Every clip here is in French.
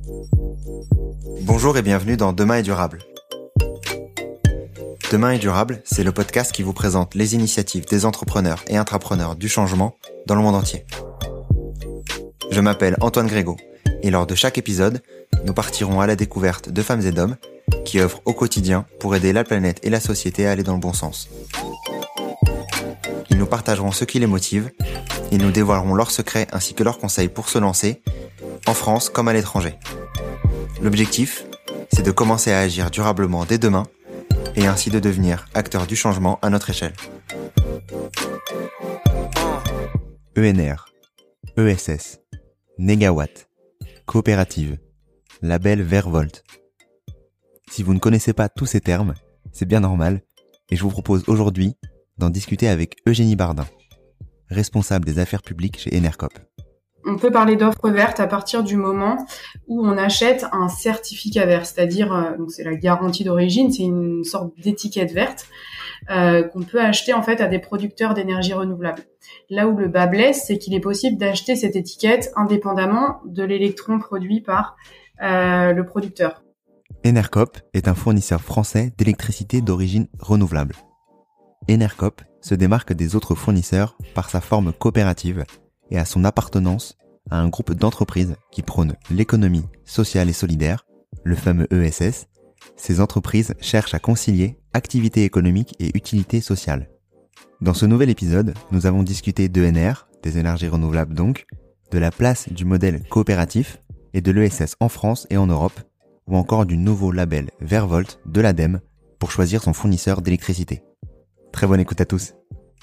Bonjour et bienvenue dans Demain est durable. Demain est durable, c'est le podcast qui vous présente les initiatives des entrepreneurs et intrapreneurs du changement dans le monde entier. Je m'appelle Antoine Grégo et lors de chaque épisode, nous partirons à la découverte de femmes et d'hommes qui œuvrent au quotidien pour aider la planète et la société à aller dans le bon sens. Ils nous partageront ce qui les motive, ils nous dévoileront leurs secrets ainsi que leurs conseils pour se lancer, en France comme à l'étranger. L'objectif, c'est de commencer à agir durablement dès demain et ainsi de devenir acteur du changement à notre échelle. ENR, ESS, Négawatt, Coopérative, Label Vervolt. Si vous ne connaissez pas tous ces termes, c'est bien normal et je vous propose aujourd'hui d'en discuter avec Eugénie Bardin, responsable des affaires publiques chez Enercop. On peut parler d'offre verte à partir du moment où on achète un certificat vert, c'est-à-dire donc c'est la garantie d'origine, c'est une sorte d'étiquette verte qu'on peut acheter en fait à des producteurs d'énergie renouvelable. Là où le bât blesse, c'est qu'il est possible d'acheter cette étiquette indépendamment de l'électron produit par le producteur. Enercop est un fournisseur français d'électricité d'origine renouvelable. Enercop se démarque des autres fournisseurs par sa forme coopérative et à son appartenance à un groupe d'entreprises qui prône l'économie sociale et solidaire, le fameux ESS. Ces entreprises cherchent à concilier activité économique et utilité sociale. Dans ce nouvel épisode, nous avons discuté d'ENR, des énergies renouvelables donc, de la place du modèle coopératif et de l'ESS en France et en Europe, ou encore du nouveau label Vervolt de l'ADEME pour choisir son fournisseur d'électricité. Très bonne écoute à tous.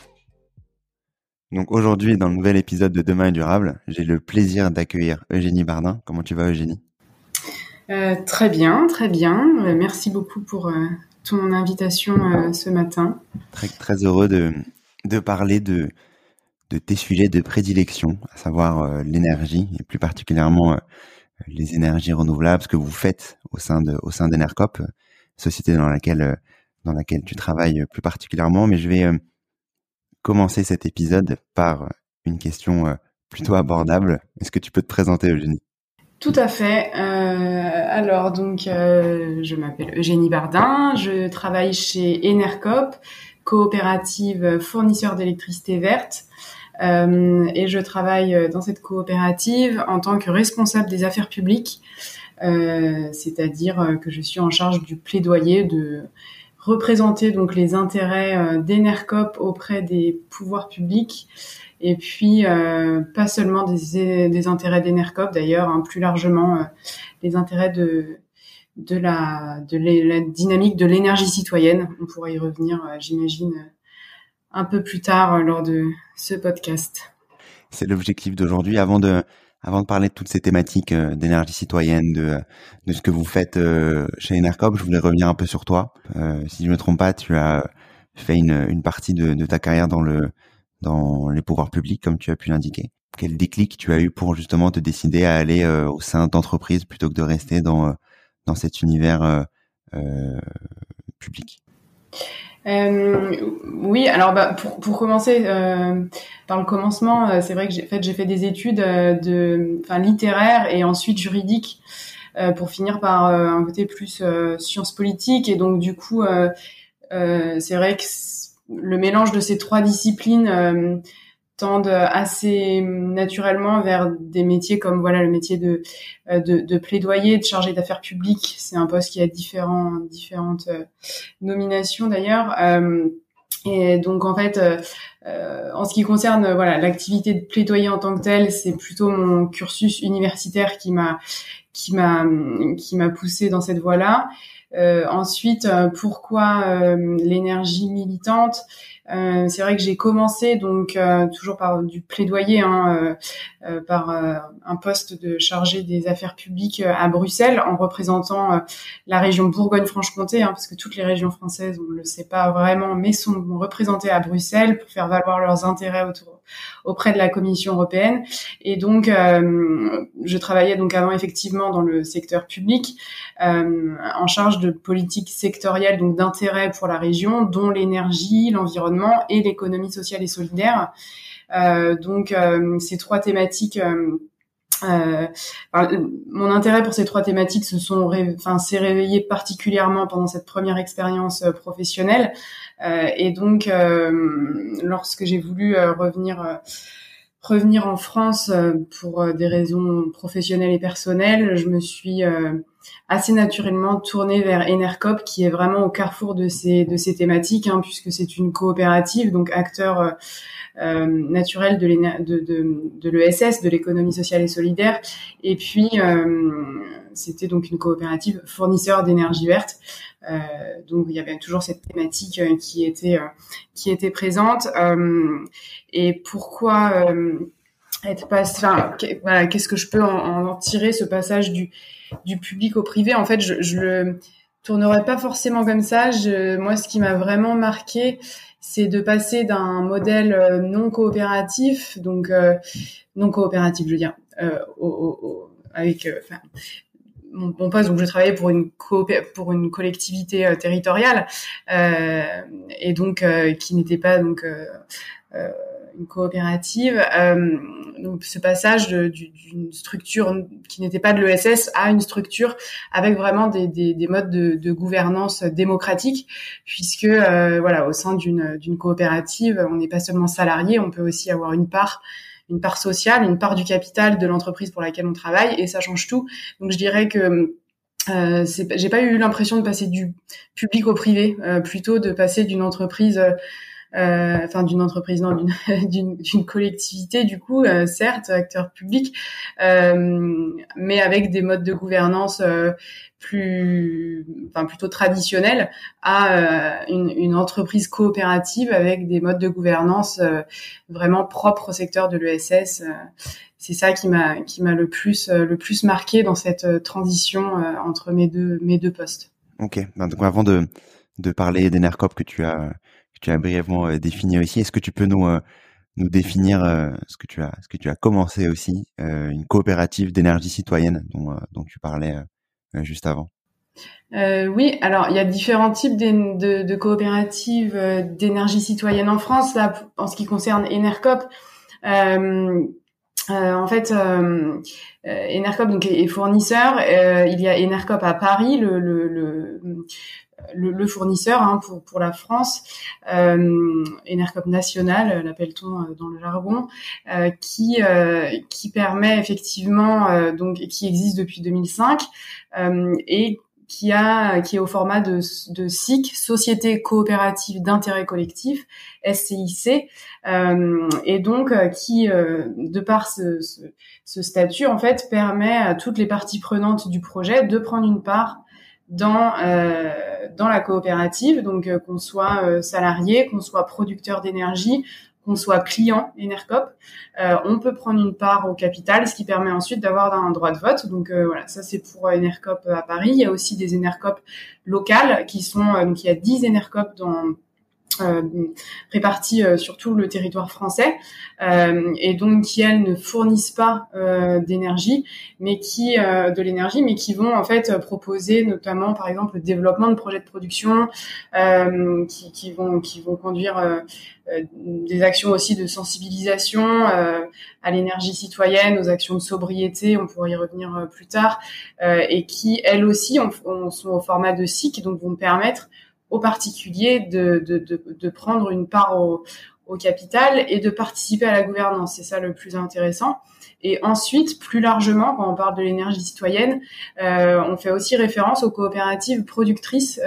Donc aujourd'hui, dans le nouvel épisode de Demain est durable, j'ai le plaisir d'accueillir Eugénie Bardin. Comment tu vas, Eugénie ? Très bien, très bien. Merci beaucoup pour ton invitation ce matin. Très heureux de parler de tes sujets de prédilection, à savoir l'énergie et plus particulièrement les énergies renouvelables, ce que vous faites au sein d'Enercop, société dans laquelle tu travailles plus particulièrement. Mais je vais commencer cet épisode par une question plutôt abordable. Est-ce que tu peux te présenter, Eugénie ? Tout à fait. Alors donc, je m'appelle Eugénie Bardin, je travaille chez Enercop, coopérative fournisseur d'électricité verte, et je travaille dans cette coopérative en tant que responsable des affaires publiques, c'est-à-dire que je suis en charge du plaidoyer de représenter donc les intérêts d'Enercop auprès des pouvoirs publics et puis pas seulement des intérêts d'Enercop d'ailleurs, hein, plus largement les intérêts de la dynamique de l'énergie citoyenne. On pourrait y revenir, j'imagine, un peu plus tard lors de ce podcast. C'est l'objectif d'aujourd'hui. Avant de parler de toutes ces thématiques d'énergie citoyenne, de ce que vous faites chez Enercop, je voulais revenir un peu sur toi. Si je me trompe pas, tu as fait une partie de ta carrière dans les pouvoirs publics, comme tu as pu l'indiquer. Quel déclic tu as eu pour justement te décider à aller au sein d'entreprises plutôt que de rester dans cet univers public ? Oui, alors pour commencer par le commencement, c'est vrai que j'ai fait des études littéraires et ensuite juridiques pour finir par un côté plus sciences politiques, et donc du coup c'est vrai que le mélange de ces trois disciplines tendent assez naturellement vers des métiers comme le métier de plaidoyer, de chargé d'affaires publiques. C'est un poste qui a différentes nominations d'ailleurs. Et donc en fait, en ce qui concerne l'activité de plaidoyer en tant que telle, c'est plutôt mon cursus universitaire qui m'a poussé dans cette voie-là. Ensuite, pourquoi l'énergie militante ? C'est vrai que j'ai commencé donc toujours par du plaidoyer, par un poste de chargé des affaires publiques à Bruxelles, en représentant la région Bourgogne-Franche-Comté, parce que toutes les régions françaises, on ne le sait pas vraiment, mais sont représentées à Bruxelles pour faire valoir leurs intérêts auprès de la Commission européenne. Et donc, je travaillais donc avant effectivement dans le secteur public, en charge de politiques sectorielles, donc d'intérêt pour la région, dont l'énergie, l'environnement et l'économie sociale et solidaire. Donc, ces trois thématiques Mon intérêt pour ces 3 thématiques s'est réveillé particulièrement pendant cette première expérience professionnelle. Et donc, lorsque j'ai voulu revenir en France pour des raisons professionnelles et personnelles, je me suis assez naturellement tournée vers Enercop, qui est vraiment au carrefour de ces thématiques, puisque c'est une coopérative, donc acteur naturel de l'ESS, de l'économie sociale et solidaire. Et puis, c'était donc une coopérative fournisseur d'énergie verte. Donc, il y avait toujours cette thématique qui était présente. Et pourquoi voilà, qu'est-ce que je peux en tirer, ce passage du public au privé? En fait, je le tournerai pas forcément comme ça. Moi, ce qui m'a vraiment marqué, c'est de passer d'un modèle non coopératif, donc non coopératif, je veux dire, avec mon poste, donc je travaillais pour une collectivité territoriale, et donc qui n'était pas donc une coopérative. Donc ce passage d'une structure qui n'était pas de l'ESS à une structure avec vraiment des modes de gouvernance démocratique, puisque voilà, au sein d'une coopérative, on n'est pas seulement salarié, on peut aussi avoir une part sociale, une part du capital de l'entreprise pour laquelle on travaille, et ça change tout. Donc je dirais que j'ai pas eu l'impression de passer du public au privé, plutôt de passer d'une entreprise d'une collectivité, du coup, certes, acteur public, mais avec des modes de gouvernance plutôt traditionnels, à une entreprise coopérative avec des modes de gouvernance vraiment propres au secteur de l'ESS. C'est ça qui m'a le plus marqué dans cette transition entre mes deux postes. Ok. Donc avant de parler d'Enercop que tu as brièvement défini aussi, est-ce que tu peux nous définir ce que tu as commencé aussi, une coopérative d'énergie citoyenne dont tu parlais juste avant? Oui, alors il y a différents types de coopératives d'énergie citoyenne en France. Là, en ce qui concerne Enercop, en fait, Enercop donc est fournisseur. Il y a Enercop à Paris, le fournisseur pour la France, Enercop national, l'appelle-t-on dans le jargon, qui permet effectivement donc qui existe depuis 2005 et qui est au format de SIC, Société coopérative d'intérêt collectif, SCIC, et donc qui, de par ce statut, en fait, permet à toutes les parties prenantes du projet de prendre une part dans la coopérative, donc qu'on soit salarié, qu'on soit producteur d'énergie, qu'on soit client Enercop, on peut prendre une part au capital, ce qui permet ensuite d'avoir un droit de vote. Donc voilà, ça c'est pour Enercop à Paris. Il y a aussi des Enercop locales qui sont, donc il y a 10 Enercop répartis sur tout le territoire français, et donc qui elles ne fournissent pas d'énergie, mais de l'énergie, mais qui vont en fait proposer notamment par exemple le développement de projets de production, qui vont conduire des actions aussi de sensibilisation à l'énergie citoyenne, aux actions de sobriété, on pourrait y revenir plus tard, et qui elles aussi sont au format de SIC, donc vont permettre aux particuliers de prendre une part au capital et de participer à la gouvernance. C'est ça le plus intéressant. Et ensuite, plus largement, quand on parle de l'énergie citoyenne, on fait aussi référence aux coopératives productrices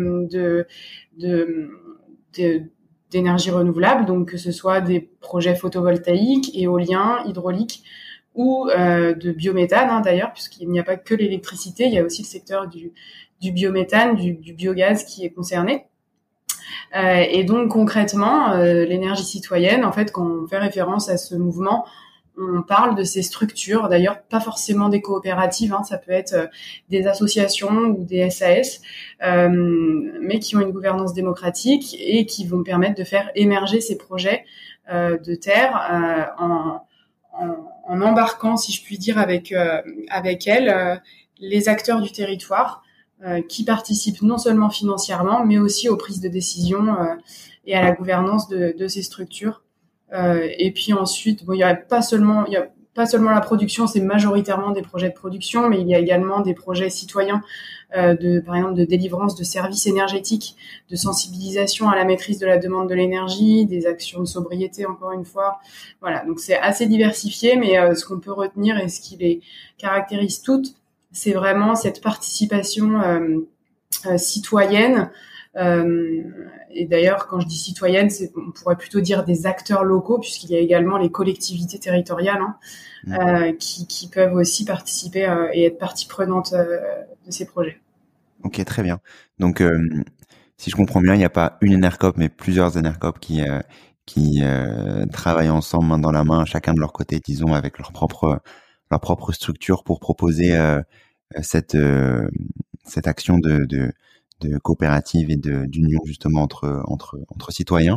d'énergie renouvelable, donc que ce soit des projets photovoltaïques, éoliens, hydrauliques ou de biométhane, d'ailleurs, puisqu'il n'y a pas que l'électricité, il y a aussi le secteur du biométhane, du biogaz qui est concerné. Et donc concrètement, l'énergie citoyenne, en fait, quand on fait référence à ce mouvement, on parle de ces structures, d'ailleurs pas forcément des coopératives, ça peut être des associations ou des SAS, mais qui ont une gouvernance démocratique et qui vont permettre de faire émerger ces projets de terre en embarquant, si je puis dire, avec elles, les acteurs du territoire, qui participent non seulement financièrement, mais aussi aux prises de décision et à la gouvernance de ces structures. Et puis ensuite, il y a pas seulement la production, c'est majoritairement des projets de production, mais il y a également des projets citoyens par exemple, de délivrance de services énergétiques, de sensibilisation à la maîtrise de la demande de l'énergie, des actions de sobriété, encore une fois. Voilà, donc c'est assez diversifié, mais ce qu'on peut retenir et ce qui les caractérise toutes, c'est vraiment cette participation citoyenne. Et d'ailleurs, quand je dis citoyenne, on pourrait plutôt dire des acteurs locaux, puisqu'il y a également les collectivités territoriales qui peuvent aussi participer et être partie prenante de ces projets. Ok, très bien. Donc, si je comprends bien, il n'y a pas une Enercop, mais plusieurs Enercop qui travaillent ensemble, main dans la main, chacun de leur côté, disons, avec leur propre structure pour proposer cette action de coopérative et d'union justement entre citoyens.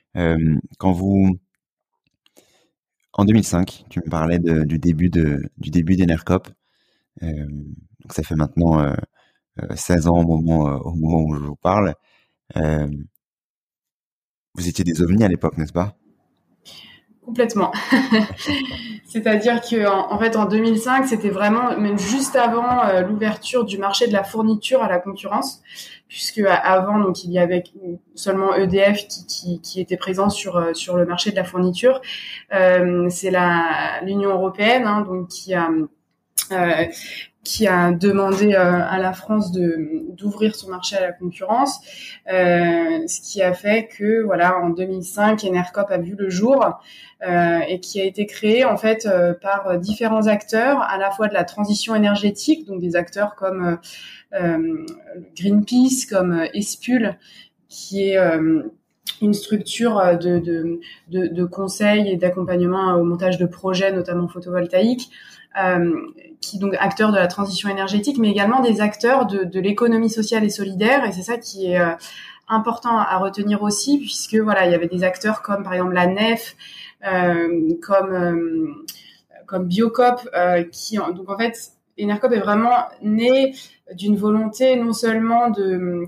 En 2005, tu me parlais du début d'Enercop. Donc ça fait maintenant 16 ans au moment où je vous parle. Vous étiez des ovnis à l'époque, n'est-ce pas? Complètement. C'est-à-dire que en fait en 2005, c'était vraiment même juste avant l'ouverture du marché de la fourniture à la concurrence, puisque avant donc il y avait seulement EDF qui était présent sur le marché de la fourniture. C'est l'Union européenne donc qui a demandé à la France d'ouvrir son marché à la concurrence, ce qui a fait que voilà en 2005 Enercop a vu le jour et qui a été créé en fait par différents acteurs, à la fois de la transition énergétique, donc des acteurs comme Greenpeace, comme Espul, qui est une structure de conseil et d'accompagnement au montage de projets, notamment photovoltaïques, qui donc acteurs de la transition énergétique, mais également des acteurs de l'économie sociale et solidaire. Et c'est ça qui est important à retenir aussi, puisque voilà, il y avait des acteurs comme par exemple la NEF, comme Biocop, donc en fait, Enercop est vraiment né d'une volonté non seulement de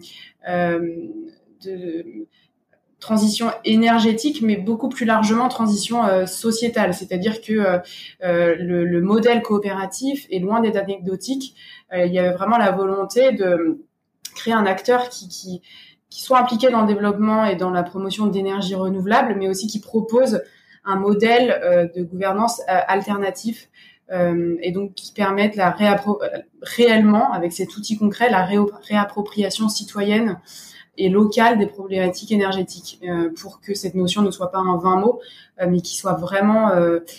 transition énergétique, mais beaucoup plus largement transition sociétale. C'est-à-dire que le modèle coopératif est loin d'être anecdotique. Il y avait vraiment la volonté de créer un acteur qui soit impliqué dans le développement et dans la promotion d'énergies renouvelables, mais aussi qui propose un modèle de gouvernance alternatif et donc qui permette réellement, avec cet outil concret, la réappropriation citoyenne et locale des problématiques énergétiques, pour que cette notion ne soit pas un vain mot, mais qui soit vraiment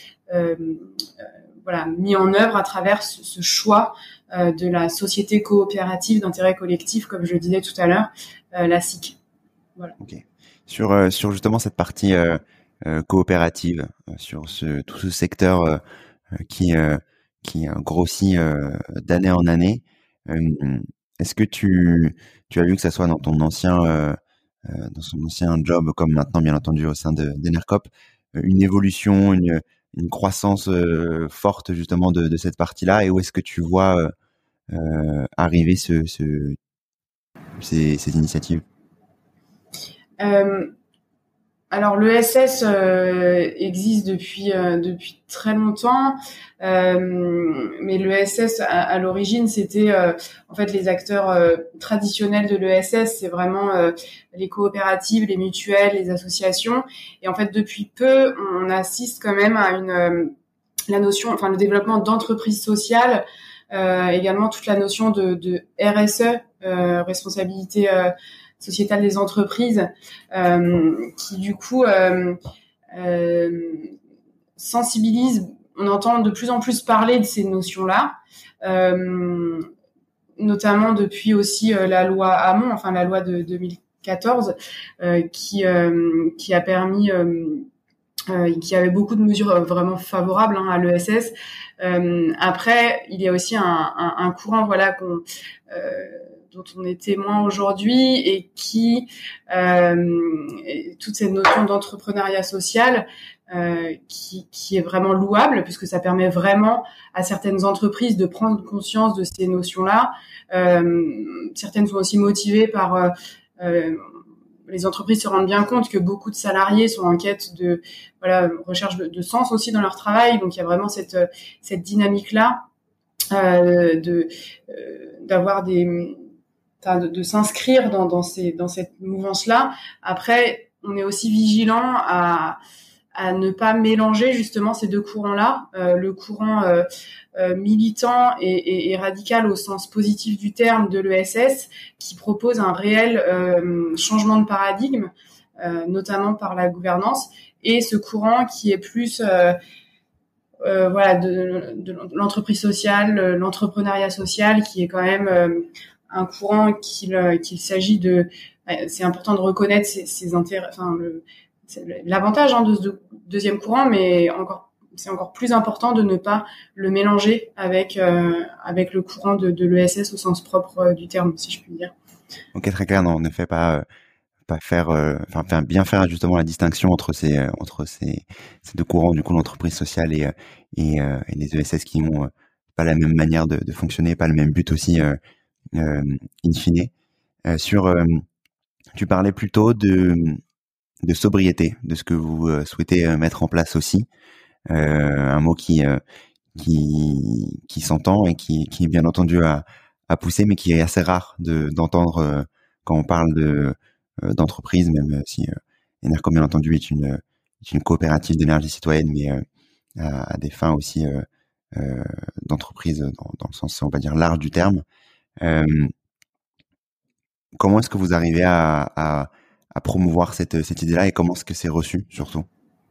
mis en œuvre à travers ce choix de la société coopérative d'intérêt collectif, comme je le disais tout à l'heure, la SIC. Voilà. Ok. Sur justement cette partie coopérative, sur tout ce secteur qui grossit d'année en année. Est-ce que tu as vu que ça soit dans dans son ancien job, comme maintenant bien entendu au sein d'Enercop, une évolution, une croissance forte justement de cette partie-là, et où est-ce que tu vois arriver ces initiatives? Alors l'ESS existe depuis très longtemps, mais l'ESS à l'origine c'était en fait les acteurs traditionnels de l'ESS, c'est vraiment les coopératives, les mutuelles, les associations. Et en fait depuis peu on assiste quand même à la notion, enfin le développement d'entreprises sociales, également toute la notion de RSE, responsabilité sociétale des entreprises, qui du coup sensibilise. On entend de plus en plus parler de ces notions-là, notamment depuis aussi la loi Hamon, enfin la loi de 2014, qui a permis, qui avait beaucoup de mesures vraiment favorables à l'ESS. Après, il y a aussi un courant, voilà, dont on est témoin aujourd'hui et qui toute cette notion d'entrepreneuriat social qui est vraiment louable, puisque ça permet vraiment à certaines entreprises de prendre conscience de ces notions-là. Certaines sont aussi motivées par les entreprises se rendent bien compte que beaucoup de salariés sont en quête de recherche de sens aussi dans leur travail. Donc il y a vraiment cette dynamique-là d'avoir de s'inscrire dans cette mouvance-là. Après, on est aussi vigilant à ne pas mélanger justement ces deux courants-là, le courant militant et radical au sens positif du terme de l'ESS, qui propose un réel changement de paradigme, notamment par la gouvernance, et ce courant qui est plus de l'entreprise sociale, l'entrepreneuriat social, qui est quand même un courant qu'il s'agit de. C'est important de reconnaître ses intérêts, l'avantage de ce deuxième courant, mais c'est encore plus important de ne pas le mélanger avec le courant de l'ESS au sens propre du terme, si je puis dire. Ok, très clair. Non, ne fait pas faire, bien faire justement la distinction entre ces deux courants, du coup, l'entreprise sociale et les ESS qui ont pas la même manière de fonctionner, pas le même but aussi, in fine. Tu parlais plutôt de sobriété, de ce que vous souhaitez mettre en place aussi, un mot qui s'entend et qui est bien entendu à pousser, mais qui est assez rare d'entendre quand on parle d'entreprise, même si Enercop bien entendu est une coopérative d'énergie citoyenne, mais à des fins aussi d'entreprise dans le sens, on va dire, large du terme. Comment est-ce que vous arrivez à promouvoir cette idée-là, et comment est-ce que c'est reçu surtout?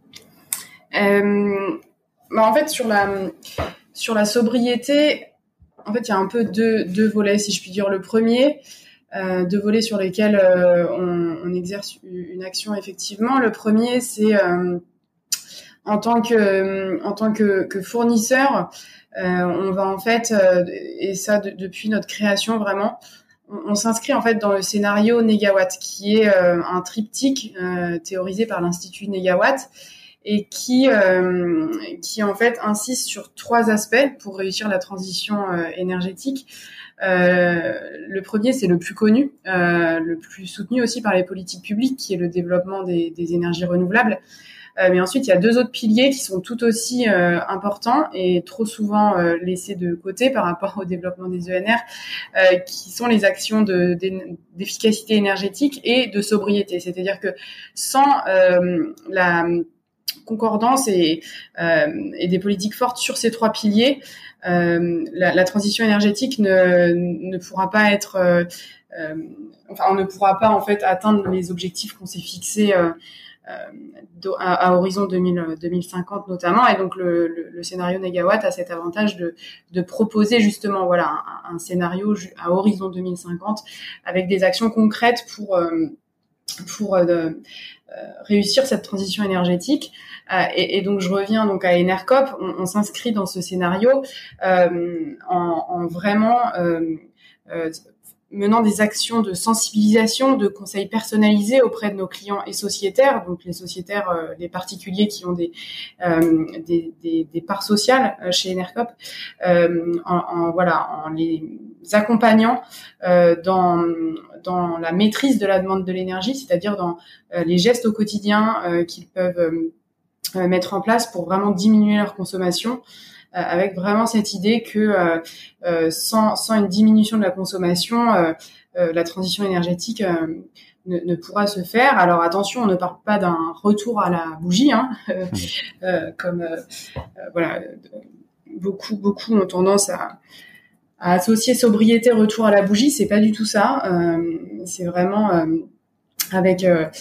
En fait, sur la sobriété, en fait, il y a un peu deux volets, si je puis dire. Le premier, deux volets sur lesquels on exerce une action effectivement. Le premier, c'est en tant que fournisseur, on va en fait, et ça depuis notre création vraiment, on s'inscrit en fait dans le scénario Négawatt, qui est un triptyque théorisé par l'Institut Négawatt, et qui en fait insiste sur 3 aspects pour réussir la transition énergétique. Le premier, c'est le plus connu, le plus soutenu aussi par les politiques publiques, qui est le développement des énergies renouvelables. Mais ensuite, il y a 2 autres piliers qui sont tout aussi importants et trop souvent laissés de côté par rapport au développement des ENR, qui sont les actions d'efficacité énergétique et de sobriété. C'est-à-dire que sans la concordance et des politiques fortes sur ces 3 piliers, la transition énergétique ne pourra pas être, on ne pourra pas en fait atteindre les objectifs qu'on s'est fixés à horizon 2050 notamment. Et donc le scénario Négawatt a cet avantage de proposer justement un scénario à horizon 2050 avec des actions concrètes pour réussir cette transition énergétique. Et donc je reviens donc à Enercop. On s'inscrit dans ce scénario en vraiment menant des actions de sensibilisation, de conseils personnalisés auprès de nos clients et sociétaires, donc les sociétaires, les particuliers qui ont des parts sociales chez Enercop, en les accompagnant dans la maîtrise de la demande de l'énergie, c'est-à-dire dans les gestes au quotidien qu'ils peuvent mettre en place pour vraiment diminuer leur consommation, avec vraiment cette idée que sans une diminution de la consommation, la transition énergétique ne pourra se faire. Alors attention, on ne parle pas d'un retour à la bougie, comme beaucoup ont tendance à associer sobriété, retour à la bougie. C'est pas du tout ça. C'est vraiment avec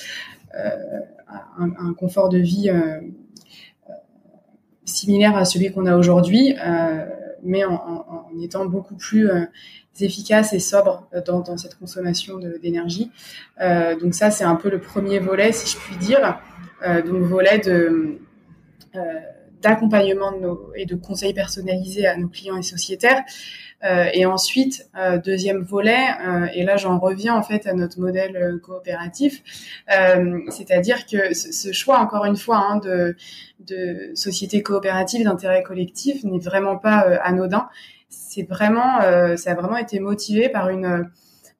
un confort de vie similaire à celui qu'on a aujourd'hui, mais en étant beaucoup plus efficace et sobre dans cette consommation d'énergie. Donc ça, c'est un peu le premier volet, si je puis dire. Donc volet d'accompagnement et de conseils personnalisés à nos clients et sociétaires. Et ensuite, deuxième volet, et là j'en reviens en fait à notre modèle coopératif, c'est-à-dire que ce choix, encore une fois, de société coopérative d'intérêt collectif n'est vraiment pas anodin. C'est vraiment, ça a vraiment été motivé par une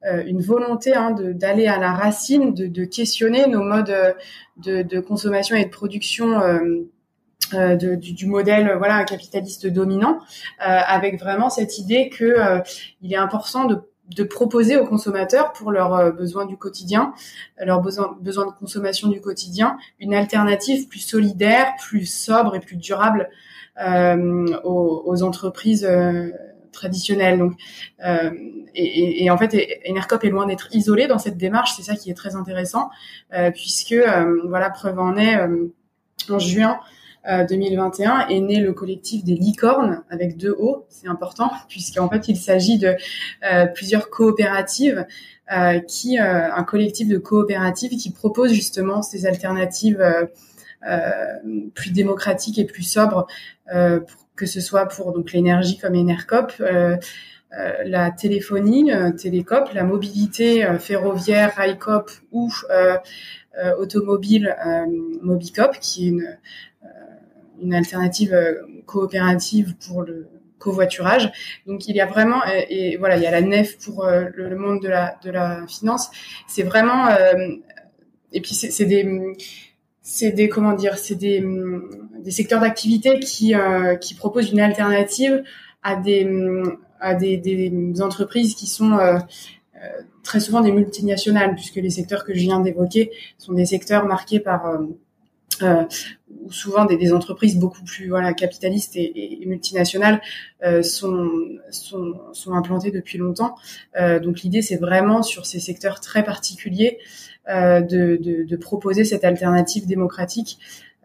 une volonté d'aller à la racine, de questionner nos modes de consommation et de production du modèle capitaliste dominant, avec vraiment cette idée que il est important de proposer aux consommateurs pour leurs besoins du quotidien, leurs besoins de consommation du quotidien, une alternative plus solidaire, plus sobre et plus durable aux entreprises traditionnelles. Donc, et en fait, Enercoop est loin d'être isolé dans cette démarche. C'est ça qui est très intéressant, puisque preuve en est, en juin 2021 est né le collectif des licornes avec 2 O, c'est important puisqu'en fait il s'agit de plusieurs coopératives un collectif de coopératives qui propose justement ces alternatives plus démocratiques et plus sobres, que ce soit pour donc l'énergie comme Enercoop, la téléphonie, Télécoop, la mobilité ferroviaire, Railcoop ou automobile, Mobicoop, qui est une alternative coopérative pour le covoiturage. Donc il y a vraiment il y a la nef pour le monde de la finance. C'est vraiment et puis c'est des secteurs d'activité qui proposent une alternative à des entreprises qui sont très souvent des multinationales, puisque les secteurs que je viens d'évoquer sont des secteurs marqués par où souvent des entreprises beaucoup plus capitalistes et multinationales sont implantées depuis longtemps. Donc l'idée, c'est vraiment sur ces secteurs très particuliers de proposer cette alternative démocratique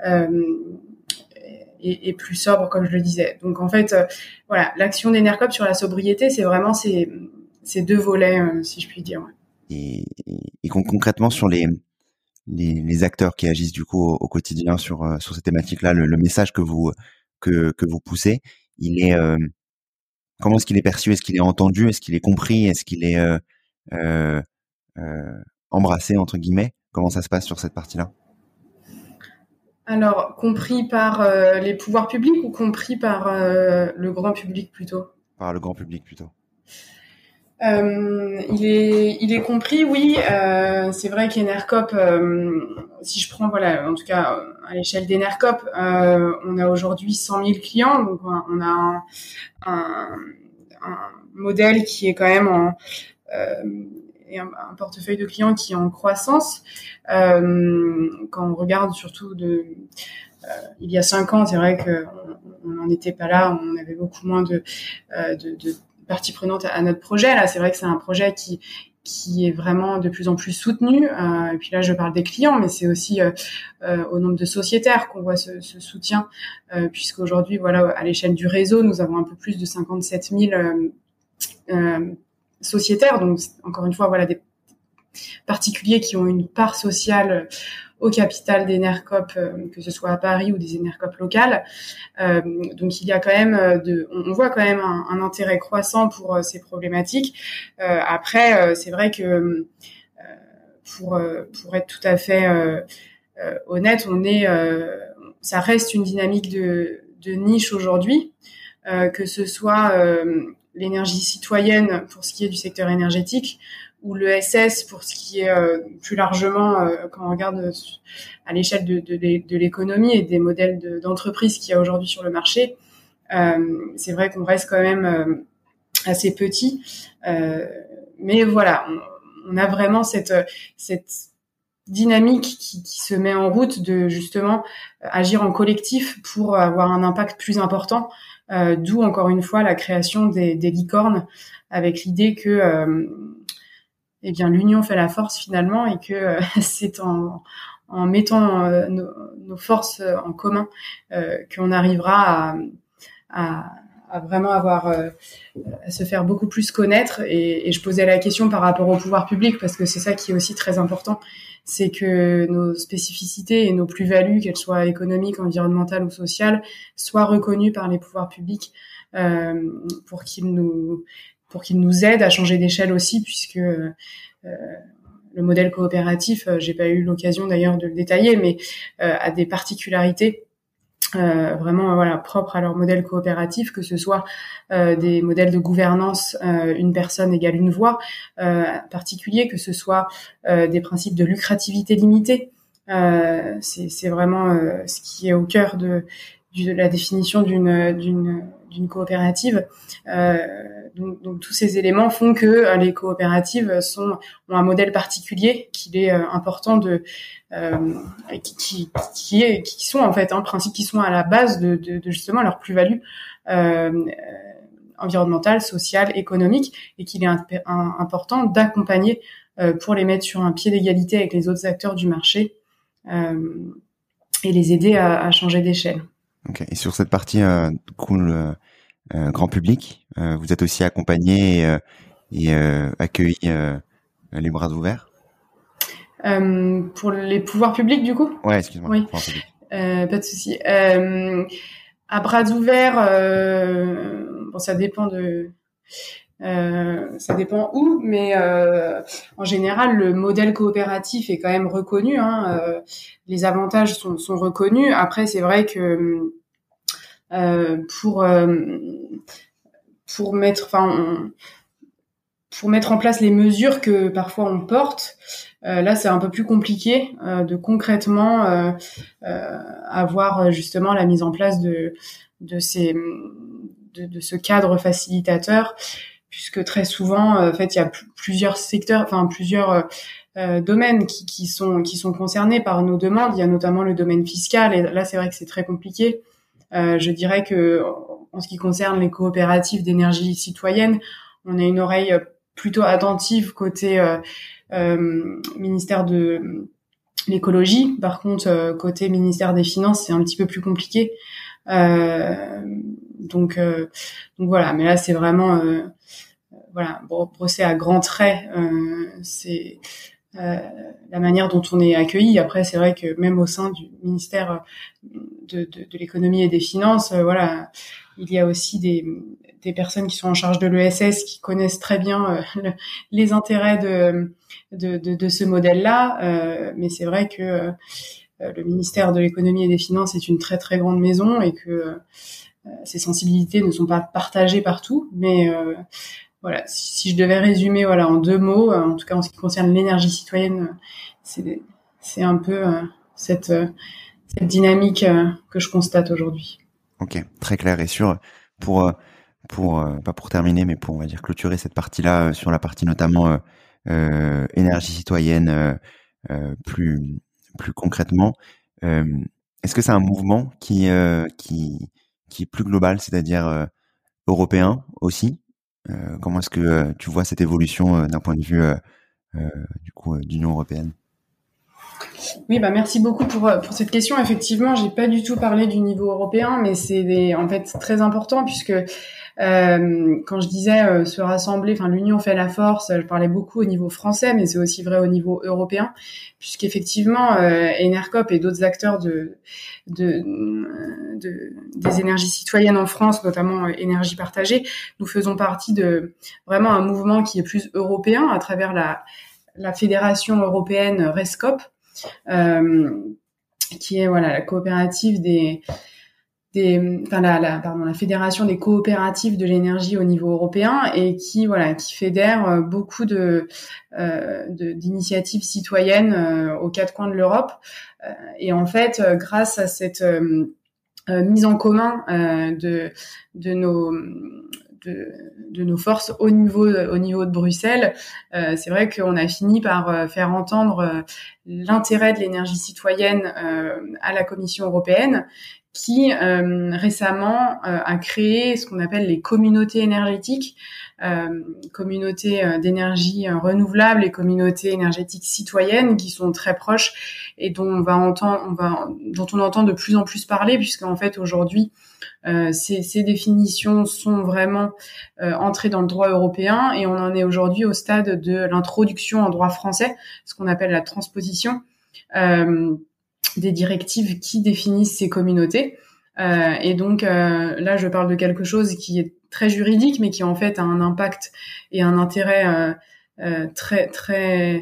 et plus sobre, comme je le disais. Donc en fait, l'action d'Enercoop sur la sobriété, c'est vraiment ces 2 volets, si je puis dire. Et concrètement sur les acteurs qui agissent du coup au quotidien sur ces thématiques-là, le message que vous poussez, il est comment est-ce qu'il est perçu? Est-ce qu'il est entendu? Est-ce qu'il est compris? Est-ce qu'il est embrassé entre guillemets? Comment ça se passe sur cette partie-là? Alors, compris par les pouvoirs publics ou compris par le grand public plutôt? Par le grand public plutôt. Il est compris, oui. C'est vrai qu'Enercoop, si je prends, en tout cas à l'échelle d'Enercoop, on a aujourd'hui 100 000 clients, donc on a un modèle qui est quand même et un portefeuille de clients qui est en croissance. Quand on regarde surtout il y a 5 ans, c'est vrai qu'on n'en était pas là, on avait beaucoup moins de parties prenantes à notre projet. Là, c'est vrai que c'est un projet qui est vraiment de plus en plus soutenu. Et puis là, je parle des clients, mais c'est aussi au nombre de sociétaires qu'on voit ce soutien, puisqu'aujourd'hui, à l'échelle du réseau, nous avons un peu plus de 57 000 sociétaires. Donc, encore une fois, des particuliers qui ont une part sociale au capital d'Enercoop, que ce soit à Paris ou des Enercoop locales. Donc il y a quand même on voit quand même un intérêt croissant pour ces problématiques. Après, c'est vrai que pour être tout à fait honnête, ça reste une dynamique de niche aujourd'hui, que ce soit l'énergie citoyenne pour ce qui est du secteur énergétique, ou le SS pour ce qui est plus largement, quand on regarde à l'échelle de l'économie et des modèles d'entreprise qu'il y a aujourd'hui sur le marché. C'est vrai qu'on reste quand même assez petit, mais on a vraiment cette dynamique qui se met en route de justement agir en collectif pour avoir un impact plus important, d'où encore une fois la création des licornes, avec l'idée que l'union fait la force finalement, et que c'est en mettant nos forces en commun qu'on arrivera à vraiment à se faire beaucoup plus connaître. Et je posais la question par rapport au pouvoir public, parce que c'est ça qui est aussi très important, c'est que nos spécificités et nos plus-values, qu'elles soient économiques, environnementales ou sociales, soient reconnues par les pouvoirs publics, pour qu'ils nous aident à changer d'échelle aussi, puisque le modèle coopératif, j'ai pas eu l'occasion d'ailleurs de le détailler, mais a des particularités vraiment voilà propres à leur modèle coopératif, que ce soit des modèles de gouvernance une personne égale une voix particulier, que ce soit des principes de lucrativité limitée. C'est vraiment ce qui est au cœur de la définition d'une coopérative. Donc tous ces éléments font que les coopératives ont un modèle particulier qu'il est important de qui sont en fait principes qui sont à la base de justement leur plus-value environnementale, sociale, économique, et qu'il est important d'accompagner pour les mettre sur un pied d'égalité avec les autres acteurs du marché et les aider à changer d'échelle. Okay. Et sur cette partie cool grand public, vous êtes aussi accompagné et accueilli les bras ouverts? Pour les pouvoirs publics, du coup? Ouais, excuse-moi. Oui. Pas de souci. À bras ouverts, bon, ça dépend ça dépend où, mais en général, le modèle coopératif est quand même reconnu. Les avantages sont reconnus. Après, c'est vrai que pour mettre en place les mesures que parfois on porte, là c'est un peu plus compliqué de concrètement avoir justement la mise en place de ce cadre facilitateur, puisque très souvent en fait il y a plusieurs secteurs, plusieurs domaines qui sont concernés par nos demandes. Il y a notamment le domaine fiscal, et là c'est vrai que c'est très compliqué. Je dirais que en ce qui concerne les coopératives d'énergie citoyenne, on a une oreille plutôt attentive côté ministère de l'écologie. Par contre, côté ministère des Finances, c'est un petit peu plus compliqué. Donc voilà. Mais là, c'est vraiment brosser à grands traits. C'est la manière dont on est accueilli. Après, c'est vrai que même au sein du ministère de l'économie et des finances, il y a aussi des personnes qui sont en charge de l'ESS qui connaissent très bien les intérêts de ce modèle-là. Mais c'est vrai que le ministère de l'économie et des finances est une très très grande maison et que ces sensibilités ne sont pas partagées partout. Mais voilà, si je devais résumer en 2 mots, en tout cas en ce qui concerne l'énergie citoyenne, c'est un peu cette dynamique que je constate aujourd'hui. Ok, très clair et sûr. Pas pour terminer, mais pour, on va dire, clôturer cette partie-là, sur la partie notamment énergie citoyenne, plus concrètement, est-ce que c'est un mouvement qui est plus global, c'est-à-dire européen aussi? Comment est-ce que tu vois cette évolution d'un point de vue d'Union européenne? Oui, merci beaucoup pour cette question. Effectivement, j'ai pas du tout parlé du niveau européen, mais c'est en fait très important, puisque quand je disais se rassembler, l'union fait la force, je parlais beaucoup au niveau français, mais c'est aussi vrai au niveau européen, puisqu'effectivement Enercop et d'autres acteurs des énergies citoyennes en France, notamment énergie partagée, nous faisons partie de vraiment un mouvement qui est plus européen à travers la fédération européenne RESCOP, qui est la coopérative la fédération des coopératives de l'énergie au niveau européen, et qui fédère beaucoup d'initiatives citoyennes aux 4 coins de l'Europe. Et en fait, grâce à cette mise en commun de nos forces au niveau de Bruxelles, c'est vrai qu'on a fini par faire entendre l'intérêt de l'énergie citoyenne à la Commission européenne, qui récemment a créé ce qu'on appelle les communautés énergétiques, communautés d'énergie renouvelable et communautés énergétiques citoyennes, qui sont très proches et dont on entend de plus en plus parler, puisqu'en fait aujourd'hui ces définitions sont vraiment entrées dans le droit européen, et on en est aujourd'hui au stade de l'introduction en droit français, ce qu'on appelle la transposition des directives qui définissent ces communautés. Et donc là, je parle de quelque chose qui est très juridique, mais qui en fait a un impact et un intérêt très très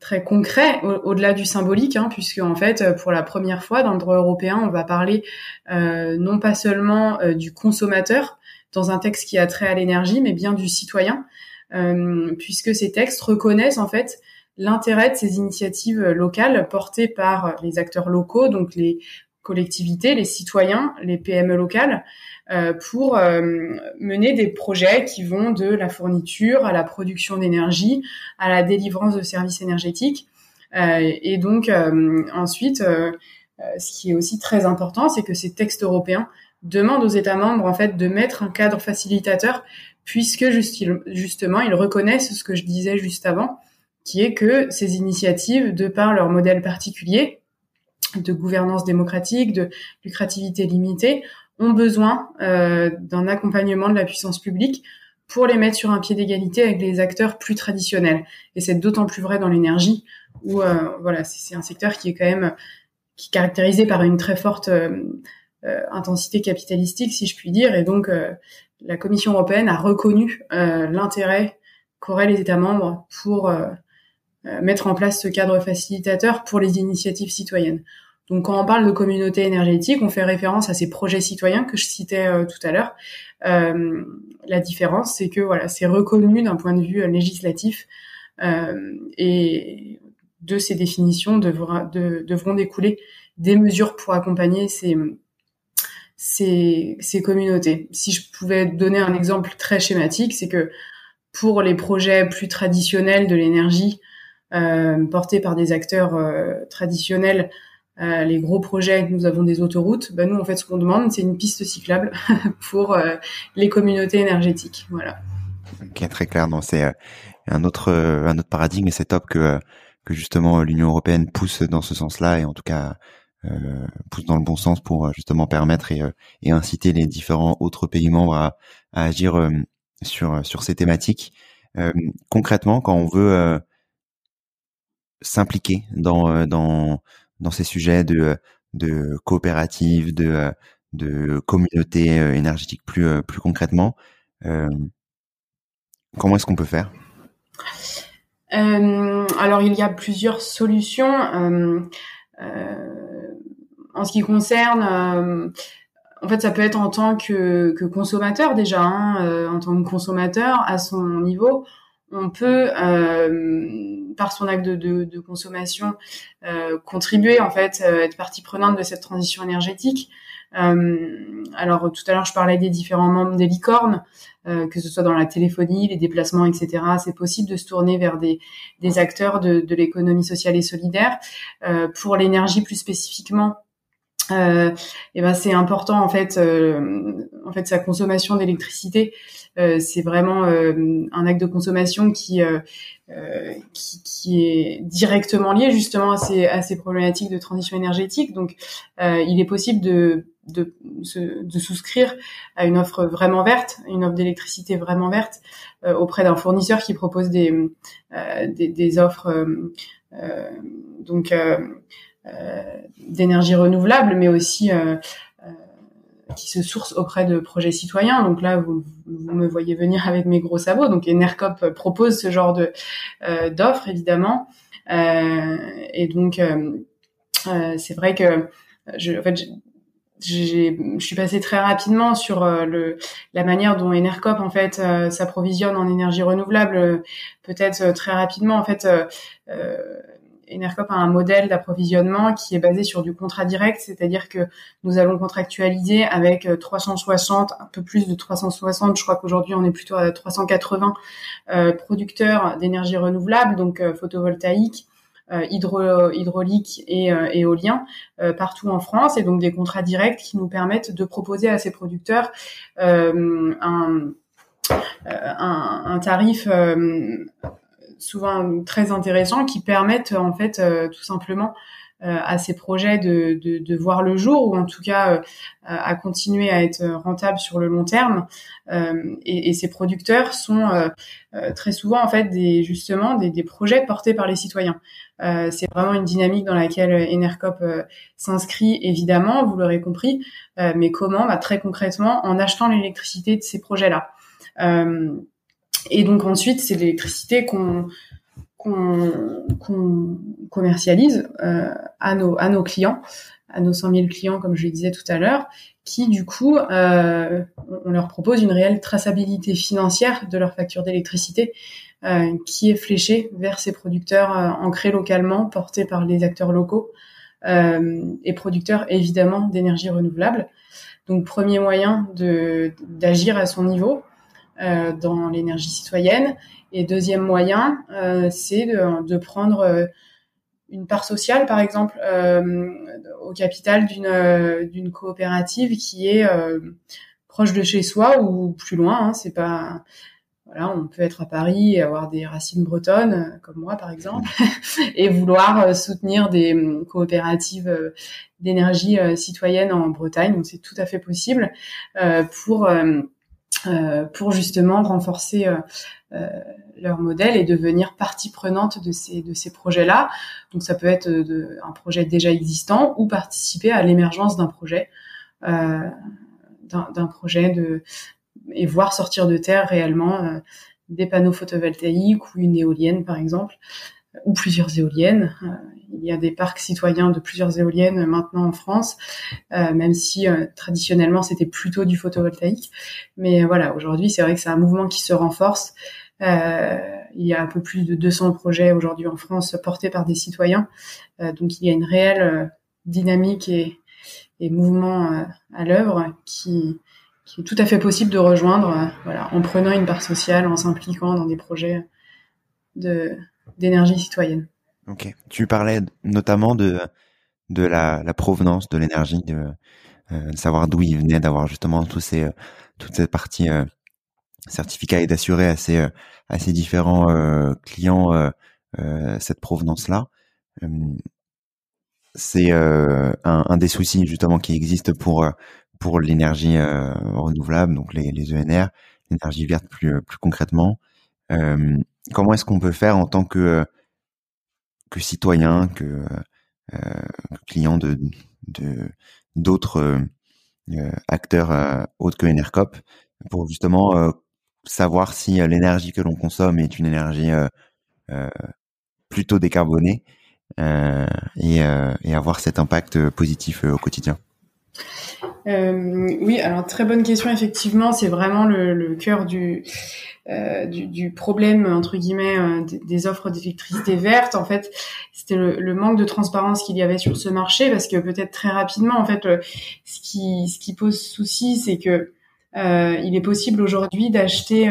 très concret au-delà du symbolique, puisque en fait, pour la première fois dans le droit européen, on va parler non pas seulement du consommateur dans un texte qui a trait à l'énergie, mais bien du citoyen, puisque ces textes reconnaissent en fait l'intérêt de ces initiatives locales portées par les acteurs locaux, donc les collectivités, les citoyens, les PME locales, pour mener des projets qui vont de la fourniture à la production d'énergie, à la délivrance de services énergétiques. Et donc ensuite, ce qui est aussi très important, c'est que ces textes européens demandent aux États membres en fait de mettre un cadre facilitateur, puisque justement ils reconnaissent ce que je disais juste avant, qui est que ces initiatives, de par leur modèle particulier de gouvernance démocratique, de lucrativité limitée, ont besoin d'un accompagnement de la puissance publique pour les mettre sur un pied d'égalité avec les acteurs plus traditionnels. Et c'est d'autant plus vrai dans l'énergie, où voilà, c'est un secteur qui est quand même qui est caractérisé par une très forte intensité capitalistique, si je puis dire. Et donc, la Commission européenne a reconnu l'intérêt qu'auraient les États membres pour mettre en place ce cadre facilitateur pour les initiatives citoyennes. Donc, quand on parle de communauté énergétique, on fait référence à ces projets citoyens que je citais tout à l'heure. La différence, c'est que voilà, c'est reconnu d'un point de vue législatif, et de ces définitions devront découler des mesures pour accompagner ces communautés. Si je pouvais donner un exemple très schématique, c'est que pour les projets plus traditionnels de l'énergie, portés par des acteurs traditionnels, les gros projets, nous avons des autoroutes. Nous, en fait, ce qu'on demande, c'est une piste cyclable pour les communautés énergétiques. Voilà. Ok, très clair. Non, c'est un autre paradigme, et c'est top que justement l'Union européenne pousse dans ce sens-là, et en tout cas pousse dans le bon sens pour justement permettre et inciter les différents autres pays membres à agir sur ces thématiques. Concrètement, quand on veut s'impliquer dans ces sujets de coopérative, de communauté énergétique plus concrètement, comment est-ce qu'on peut faire? Alors, il y a plusieurs solutions. En ce qui concerne, en fait, ça peut être en tant que consommateur déjà, en tant que consommateur à son niveau. On peut, par son acte de consommation, contribuer, en fait, être partie prenante de cette transition énergétique. Alors, tout à l'heure, je parlais des différents membres des licornes, que ce soit dans la téléphonie, les déplacements, etc. C'est possible de se tourner vers des acteurs de l'économie sociale et solidaire. Pour l'énergie plus spécifiquement, c'est important en fait sa consommation d'électricité, c'est vraiment un acte de consommation qui est directement lié justement à ces problématiques de transition énergétique. Donc il est possible de souscrire à une offre vraiment verte, une offre d'électricité vraiment verte, auprès d'un fournisseur qui propose des offres d'énergie renouvelable, mais aussi qui se sourcent auprès de projets citoyens. Donc là, vous me voyez venir avec mes gros sabots. Donc Enercop propose ce genre d'offres, évidemment. Et donc, c'est vrai que je suis passée très rapidement sur la manière dont Enercop en fait s'approvisionne en énergie renouvelable. Peut-être très rapidement, en fait. Enercop a un modèle d'approvisionnement qui est basé sur du contrat direct, c'est-à-dire que nous allons contractualiser avec 360, un peu plus de 360, je crois qu'aujourd'hui on est plutôt à 380 producteurs d'énergie renouvelable, donc photovoltaïque, hydraulique et éolien, partout en France, et donc des contrats directs qui nous permettent de proposer à ces producteurs un tarif souvent très intéressants qui permettent en fait tout simplement à ces projets de voir le jour, ou en tout cas à continuer à être rentables sur le long terme. Et ces producteurs sont très souvent en fait des projets portés par les citoyens. C'est vraiment une dynamique dans laquelle Enercop s'inscrit, évidemment, vous l'aurez compris. Mais comment? Très concrètement, en achetant l'électricité de ces projets-là. Et donc ensuite, c'est l'électricité qu'on qu'on commercialise à nos clients, à nos 100 000 clients, comme je le disais tout à l'heure, qui du coup, on leur propose une réelle traçabilité financière de leur facture d'électricité, qui est fléchée vers ces producteurs ancrés localement, portés par les acteurs locaux et producteurs évidemment d'énergie renouvelable. Donc premier moyen d'agir à son niveau dans l'énergie citoyenne. Et deuxième moyen, c'est de prendre une part sociale, par exemple, au capital d'une coopérative qui est proche de chez soi ou plus loin. Hein, c'est pas, voilà, on peut être à Paris et avoir des racines bretonnes, comme moi, par exemple, et vouloir soutenir des coopératives d'énergie citoyenne en Bretagne. Donc c'est tout à fait possible pour justement renforcer leur modèle et devenir partie prenante de ces projets-là. Donc ça peut être un projet déjà existant ou participer à l'émergence d'un projet, et voir sortir de terre réellement des panneaux photovoltaïques ou une éolienne par exemple, ou plusieurs éoliennes. Il y a des parcs citoyens de plusieurs éoliennes maintenant en France, même si traditionnellement c'était plutôt du photovoltaïque. Mais voilà, aujourd'hui c'est vrai que c'est un mouvement qui se renforce. Il y a un peu plus de 200 projets aujourd'hui en France portés par des citoyens. Donc il y a une réelle dynamique et mouvement à l'œuvre qui est tout à fait possible de rejoindre, voilà, en prenant une part sociale, en s'impliquant dans des projets d'énergie citoyenne. Ok. Tu parlais notamment de la provenance de l'énergie, de savoir d'où il venait, d'avoir justement toute cette partie certificat et d'assurer à ces différents clients cette provenance-là. C'est un des soucis justement qui existe pour l'énergie renouvelable, donc les ENR, l'énergie verte plus concrètement. Comment est-ce qu'on peut faire en tant que citoyen, que client de d'autres acteurs autres que Enercop, pour justement savoir si l'énergie que l'on consomme est une énergie plutôt décarbonée et avoir cet impact positif au quotidien. Oui, alors très bonne question. Effectivement, c'est vraiment le cœur du problème entre guillemets des offres d'électricité verte. En fait, c'était le manque de transparence qu'il y avait sur ce marché, parce que peut-être très rapidement, en fait, ce qui pose souci, c'est que il est possible aujourd'hui d'acheter.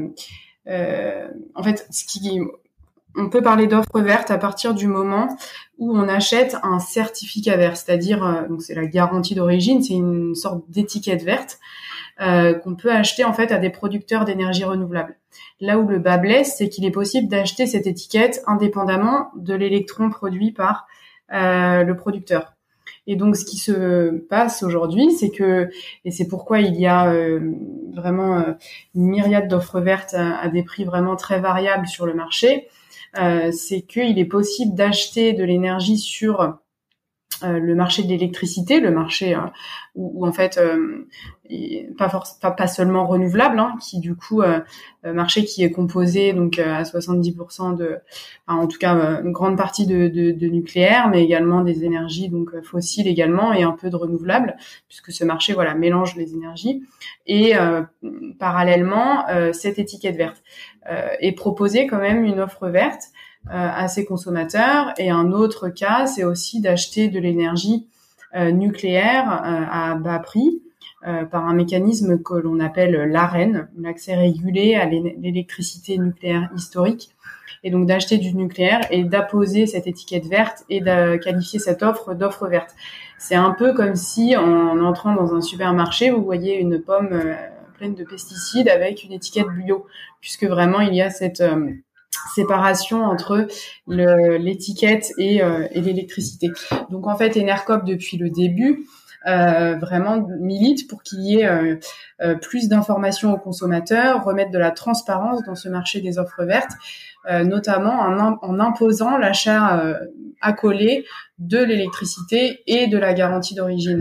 En fait, on peut parler d'offres vertes à partir du moment où on achète un certificat vert, c'est-à-dire donc c'est la garantie d'origine, c'est une sorte d'étiquette verte qu'on peut acheter en fait à des producteurs d'énergie renouvelable. Là où le bas blesse, c'est qu'il est possible d'acheter cette étiquette indépendamment de l'électron produit par le producteur. Et donc, ce qui se passe aujourd'hui, c'est que, et c'est pourquoi il y a vraiment une myriade d'offres vertes à des prix vraiment très variables sur le marché, c'est qu'il est possible d'acheter de l'énergie sur le marché de l'électricité, le marché où en fait pas seulement renouvelable, hein, qui du coup marché qui est composé donc à 70% en tout cas une grande partie de nucléaire, mais également des énergies donc fossiles également et un peu de renouvelables, puisque ce marché voilà mélange les énergies. Et parallèlement cette étiquette verte est proposée quand même une offre verte à ses consommateurs. Et un autre cas, c'est aussi d'acheter de l'énergie nucléaire à bas prix par un mécanisme que l'on appelle l'AREN, l'accès régulé à l'électricité nucléaire historique. Et donc d'acheter du nucléaire et d'apposer cette étiquette verte et de qualifier cette offre d'offre verte. C'est un peu comme si en entrant dans un supermarché, vous voyez une pomme pleine de pesticides avec une étiquette bio, puisque vraiment il y a cette séparation entre l'étiquette et l'électricité. Donc en fait, Enercop depuis le début vraiment milite pour qu'il y ait plus d'informations aux consommateurs, remettre de la transparence dans ce marché des offres vertes, notamment en imposant l'achat accolé de l'électricité et de la garantie d'origine.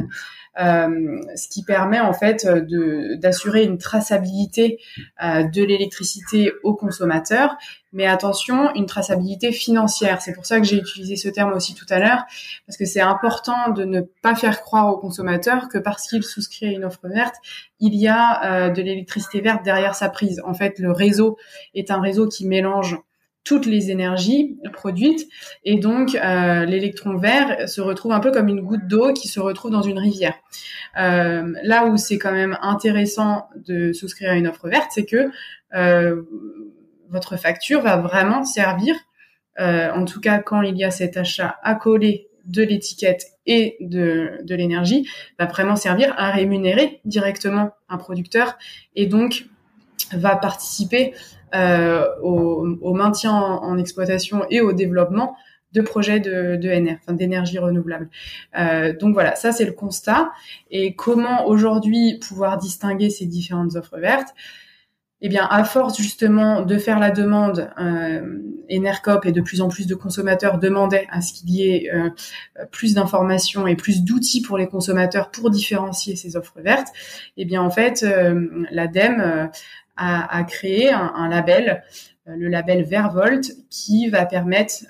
ce qui permet en fait d'assurer une traçabilité de l'électricité aux consommateurs. Mais attention, une traçabilité financière. C'est pour ça que j'ai utilisé ce terme aussi tout à l'heure, parce que c'est important de ne pas faire croire aux consommateurs que parce qu'il souscrit à une offre verte, il y a de l'électricité verte derrière sa prise. En fait, le réseau est un réseau qui mélange toutes les énergies produites et donc l'électron vert se retrouve un peu comme une goutte d'eau qui se retrouve dans une rivière. Là où c'est quand même intéressant de souscrire à une offre verte, c'est que votre facture va vraiment servir, en tout cas quand il y a cet achat accolé de l'étiquette et de l'énergie, va vraiment servir à rémunérer directement un producteur et donc va participer au maintien en exploitation et au développement de projets de NR, enfin d'énergie renouvelable. Donc voilà, ça c'est le constat. Et comment aujourd'hui pouvoir distinguer ces différentes offres vertes ? Eh bien, à force justement de faire la demande, Enercop et de plus en plus de consommateurs demandaient à ce qu'il y ait plus d'informations et plus d'outils pour les consommateurs pour différencier ces offres vertes. Eh bien, en fait, l'ADEME a créé un label, le label Vervolt, qui va permettre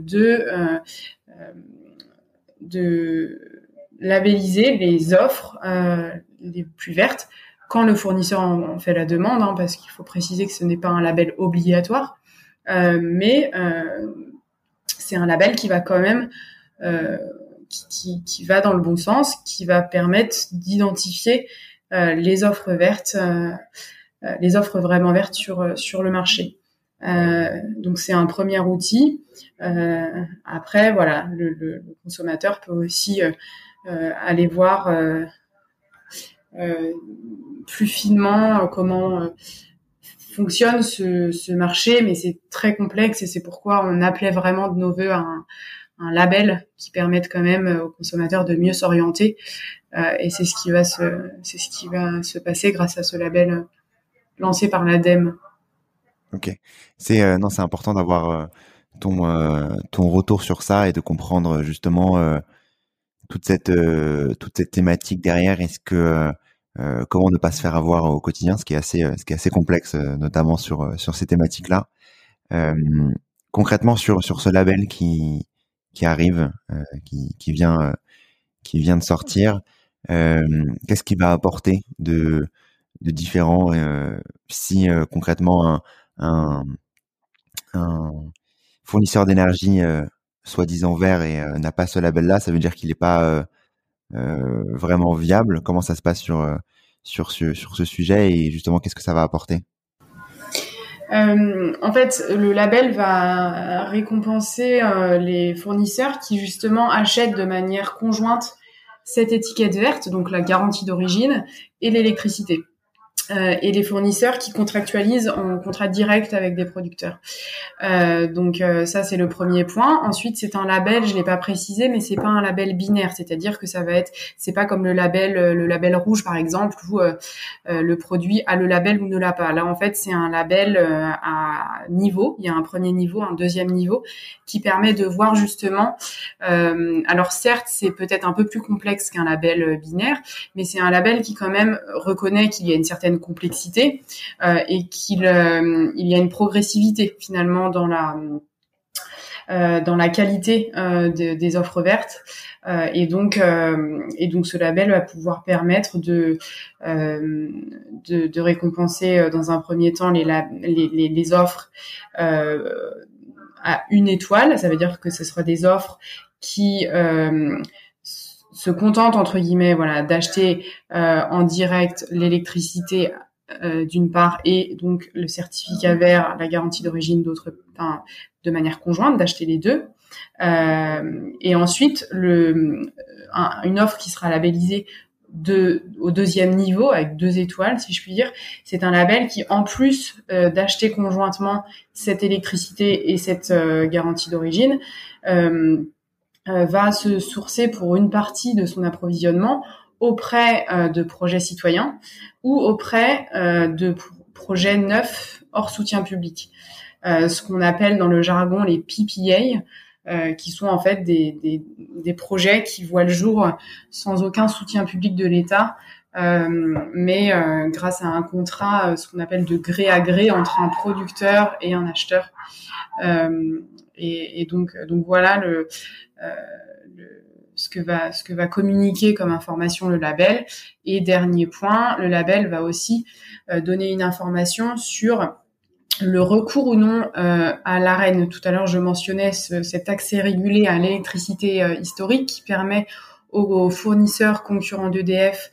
de labelliser les offres les plus vertes quand le fournisseur en fait la demande, parce qu'il faut préciser que ce n'est pas un label obligatoire, mais c'est un label qui va quand même qui va dans le bon sens, qui va permettre d'identifier les offres vertes, les offres vraiment vertes sur le marché. Donc c'est un premier outil. Après, voilà, le consommateur peut aussi aller voir plus finement comment fonctionne ce marché, mais c'est très complexe et c'est pourquoi on appelait vraiment de nos voeux un label qui permette quand même aux consommateurs de mieux s'orienter. Et c'est ce qui va se passer grâce à ce label lancé par l'ADEME. Ok, c'est important d'avoir ton retour sur ça et de comprendre justement toute cette thématique derrière. Est-ce que comment ne pas se faire avoir au quotidien, ce qui est assez complexe, notamment sur ces thématiques-là. Concrètement sur ce label qui arrive, qui vient de sortir, qu'est-ce qu'il va apporter de différent, si concrètement un fournisseur d'énergie soi-disant vert et n'a pas ce label-là, ça veut dire qu'il n'est pas vraiment viable? Comment ça se passe sur ce sujet et justement qu'est-ce que ça va apporter? En fait, le label va récompenser les fournisseurs qui justement achètent de manière conjointe cette étiquette verte, donc la garantie d'origine et l'électricité. Et les fournisseurs qui contractualisent en contrat direct avec des producteurs. Donc ça c'est le premier point. Ensuite c'est un label, je l'ai pas précisé, mais c'est pas un label binaire, c'est-à-dire que ça va être, c'est pas comme le label rouge par exemple où le produit a le label ou ne l'a pas. Là en fait c'est un label à niveau. Il y a un premier niveau, un deuxième niveau qui permet de voir justement. Alors certes c'est peut-être un peu plus complexe qu'un label binaire, mais c'est un label qui quand même reconnaît qu'il y a une certaine complexité et qu'il y a une progressivité finalement dans la qualité des offres vertes et donc ce label va pouvoir permettre de récompenser dans un premier temps les offres à 1 étoile. Ça veut dire que ce sera des offres qui se contentent entre guillemets d'acheter en direct l'électricité d'une part et donc le certificat vert, la garantie d'origine de manière conjointe, d'acheter les deux. Et ensuite une offre qui sera labellisée au deuxième niveau avec 2 étoiles si je puis dire, c'est un label qui en plus d'acheter conjointement cette électricité et cette garantie d'origine va se sourcer pour une partie de son approvisionnement auprès de projets citoyens ou auprès de projets neufs hors soutien public. Ce qu'on appelle dans le jargon les PPA, qui sont en fait des projets qui voient le jour sans aucun soutien public de l'État, mais grâce à un contrat, ce qu'on appelle de gré à gré entre un producteur et un acheteur. Et donc voilà ce que va communiquer comme information le label. Et dernier point, le label va aussi donner une information sur le recours ou non à l'Arenh. Tout à l'heure, je mentionnais cet accès régulé à l'électricité historique qui permet aux fournisseurs concurrents d'EDF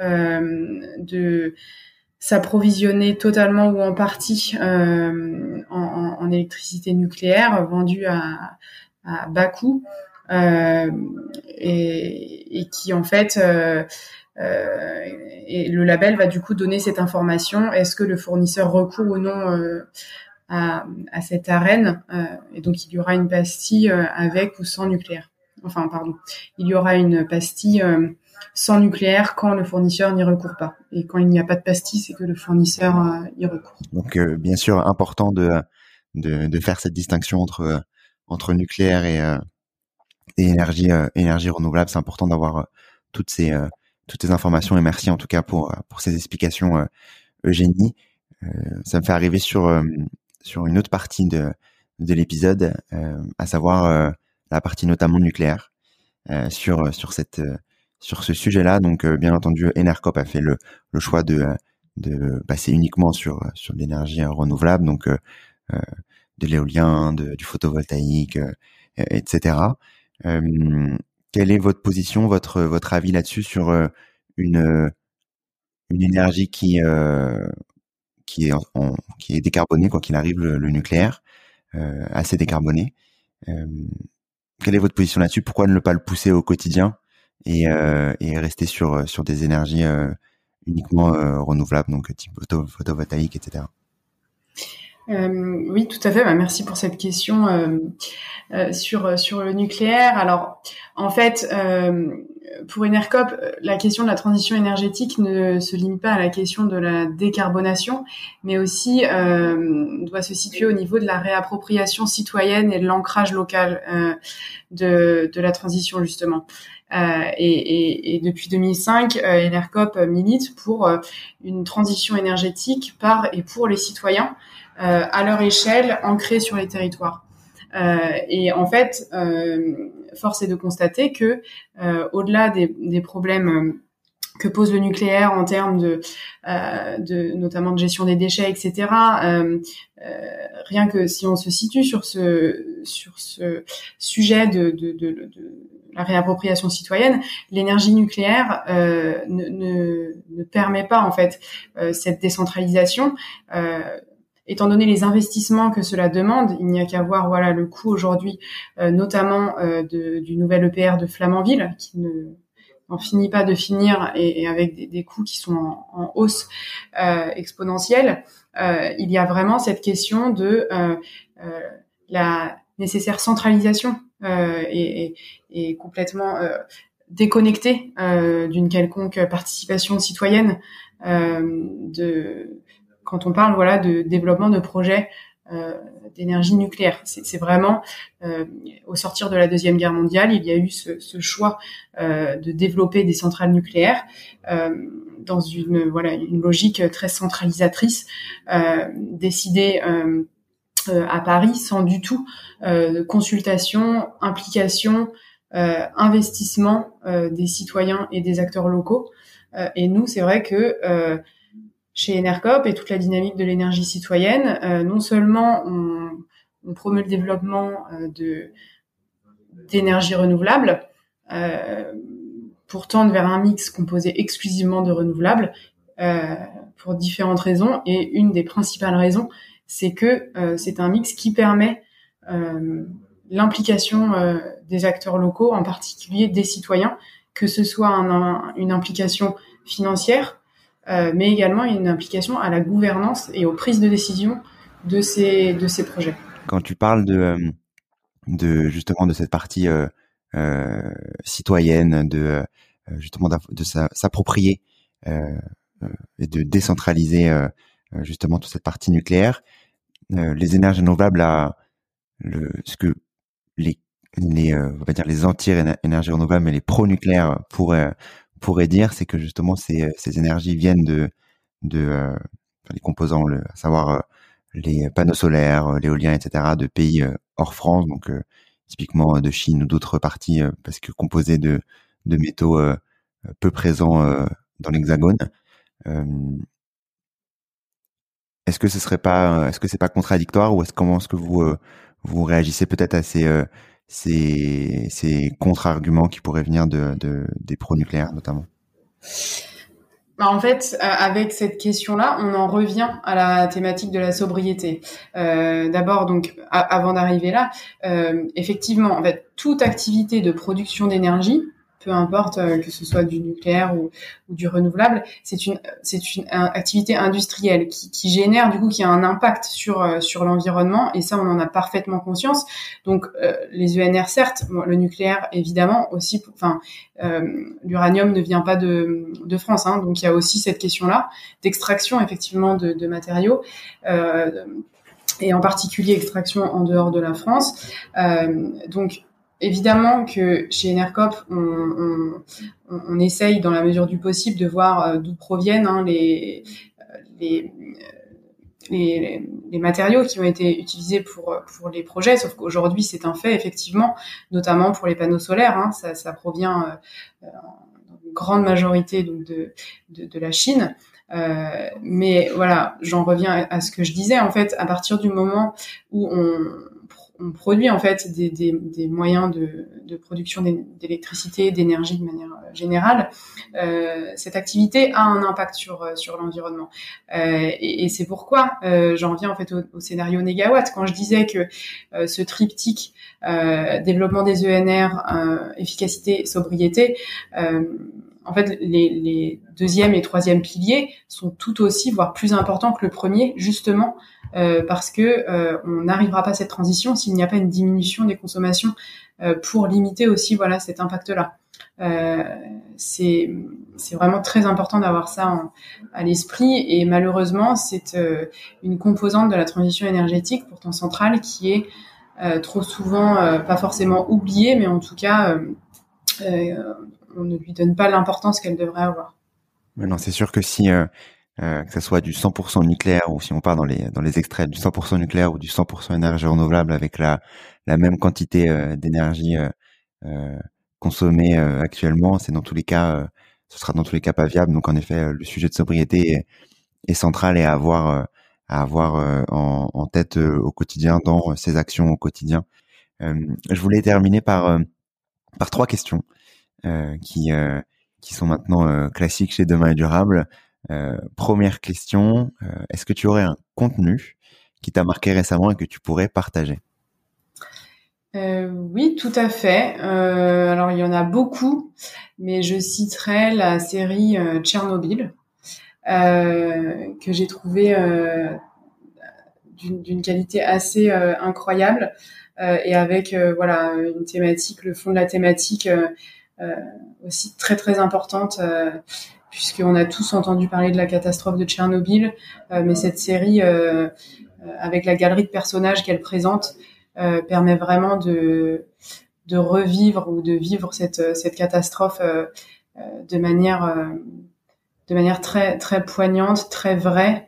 de s'approvisionner totalement ou en partie en électricité nucléaire vendue à bas coût et qui en fait et le label va du coup donner cette information. Est-ce que le fournisseur recourt ou non à cette Arenh et donc il y aura une pastille avec ou sans nucléaire. Enfin, pardon. Il y aura une pastille sans nucléaire quand le fournisseur n'y recourt pas. Et quand il n'y a pas de pastille, c'est que le fournisseur y recourt. Donc, bien sûr, important de faire cette distinction entre nucléaire et énergie renouvelable. C'est important d'avoir toutes ces informations. Et merci en tout cas pour ces explications, Eugénie. Ça me fait arriver sur une autre partie de l'épisode, à savoir la partie notamment nucléaire, sur ce sujet-là. Donc bien entendu, Enercop a fait le choix de passer uniquement sur l'énergie renouvelable, donc de l'éolien, du photovoltaïque, etc. Quelle est votre position, votre avis là-dessus sur une énergie qui est décarbonée, quoi qu'il arrive, le nucléaire, assez décarboné. Quelle est votre position là-dessus? Pourquoi ne pas le pousser au quotidien et rester sur des énergies uniquement renouvelables, donc type photovoltaïque, etc. Oui, tout à fait. Merci pour cette question sur le nucléaire. Alors, en fait, pour Enercop, la question de la transition énergétique ne se limite pas à la question de la décarbonation, mais aussi doit se situer au niveau de la réappropriation citoyenne et de l'ancrage local de la transition, justement. Et depuis 2005, Enercop milite pour une transition énergétique par et pour les citoyens, à leur échelle, ancrée sur les territoires. Et en fait, force est de constater que, au-delà des problèmes que pose le nucléaire en termes de notamment de gestion des déchets, etc. Rien que si on se situe sur ce sujet de la réappropriation citoyenne, l'énergie nucléaire ne permet pas en fait cette décentralisation. Étant donné les investissements que cela demande, il n'y a qu'à voir le coût aujourd'hui, notamment du nouvel EPR de Flamanville, qui n'en finit pas de finir et avec des coûts qui sont en hausse exponentielle. Il y a vraiment cette question de la nécessaire centralisation et complètement déconnectée d'une quelconque participation citoyenne quand on parle de développement de projets d'énergie nucléaire. C'est vraiment au sortir de la Deuxième Guerre mondiale, il y a eu ce choix de développer des centrales nucléaires dans une logique très centralisatrice, décidée à Paris sans du tout consultation, implication, investissement des citoyens et des acteurs locaux. Et nous, c'est vrai que chez Enercop et toute la dynamique de l'énergie citoyenne, non seulement on promeut le développement d'énergie renouvelable, pour tendre vers un mix composé exclusivement de renouvelables, pour différentes raisons. Et une des principales raisons, c'est que c'est un mix qui permet l'implication des acteurs locaux, en particulier des citoyens, que ce soit une implication financière, mais également une implication à la gouvernance et aux prises de décision de ces projets. Quand tu parles justement de cette partie citoyenne, justement de s'approprier et de décentraliser justement toute cette partie nucléaire, les énergies renouvelables, ce que les on va dire les anti-énergies renouvelables, mais les pro-nucléaires pourraient dire, c'est que justement ces énergies viennent enfin, les composants, à savoir les panneaux solaires, l'éolien, etc., de pays hors France, donc typiquement de Chine ou d'autres parties, parce que composés de métaux peu présents dans l'Hexagone. Euh, est-ce que c'est pas contradictoire, ou comment est-ce que vous réagissez peut-être à ces contre-arguments qui pourraient venir des pro-nucléaires notamment? Bah, en fait, avec cette question-là, on en revient à la thématique de la sobriété. D'abord, donc, avant d'arriver là, effectivement, en fait, toute activité de production d'énergie, peu importe que ce soit du nucléaire ou du renouvelable, c'est une activité industrielle qui génère, du coup, qui a un impact sur l'environnement, et ça, on en a parfaitement conscience. Donc, les ENR, certes, le nucléaire, évidemment, aussi, l'uranium ne vient pas de France, hein, donc il y a aussi cette question-là d'extraction effectivement de matériaux, et en particulier extraction en dehors de la France. Donc évidemment que chez Enercop, on essaye dans la mesure du possible de voir d'où proviennent les les matériaux qui ont été utilisés pour les projets, sauf qu'aujourd'hui c'est un fait effectivement, notamment pour les panneaux solaires, hein, ça provient dans une grande majorité donc de la Chine. Mais voilà, j'en reviens à ce que je disais, en fait, à partir du moment où on produit en fait des moyens de production d'électricité, d'énergie de manière générale, cette activité a un impact sur l'environnement. Et c'est pourquoi j'en reviens en fait au scénario négawatt. Quand je disais que ce triptyque développement des ENR, efficacité, sobriété, en fait, les deuxième et troisième piliers sont tout aussi, voire plus importants que le premier, justement parce que on n'arrivera pas à cette transition s'il n'y a pas une diminution des consommations pour limiter aussi voilà cet impact-là. C'est vraiment très important d'avoir ça à l'esprit, et malheureusement c'est une composante de la transition énergétique pourtant centrale qui est trop souvent pas forcément oubliée, mais en tout cas on ne lui donne pas l'importance qu'elle devrait avoir. Non, c'est sûr que si que ça soit du 100% nucléaire, ou si on part dans les extraits du 100% nucléaire ou du 100% énergie renouvelable avec la même quantité d'énergie euh, consommée actuellement, c'est dans tous les cas ce sera dans tous les cas pas viable. Donc en effet, le sujet de sobriété est central, et à avoir en tête au quotidien, dans ses actions au quotidien. Je voulais terminer par trois questions qui sont maintenant classiques chez Demain est durable. Première question, est-ce que tu aurais un contenu qui t'a marqué récemment et que tu pourrais partager? Oui, tout à fait. Alors il y en a beaucoup, mais je citerai la série Tchernobyl, que j'ai trouvé d'une qualité assez incroyable, et avec voilà une thématique, le fond de la thématique aussi très très importante, puisqu'on a tous entendu parler de la catastrophe de Tchernobyl, mais cette série avec la galerie de personnages qu'elle présente permet vraiment de revivre ou de vivre cette catastrophe de manière très très poignante, très vraie,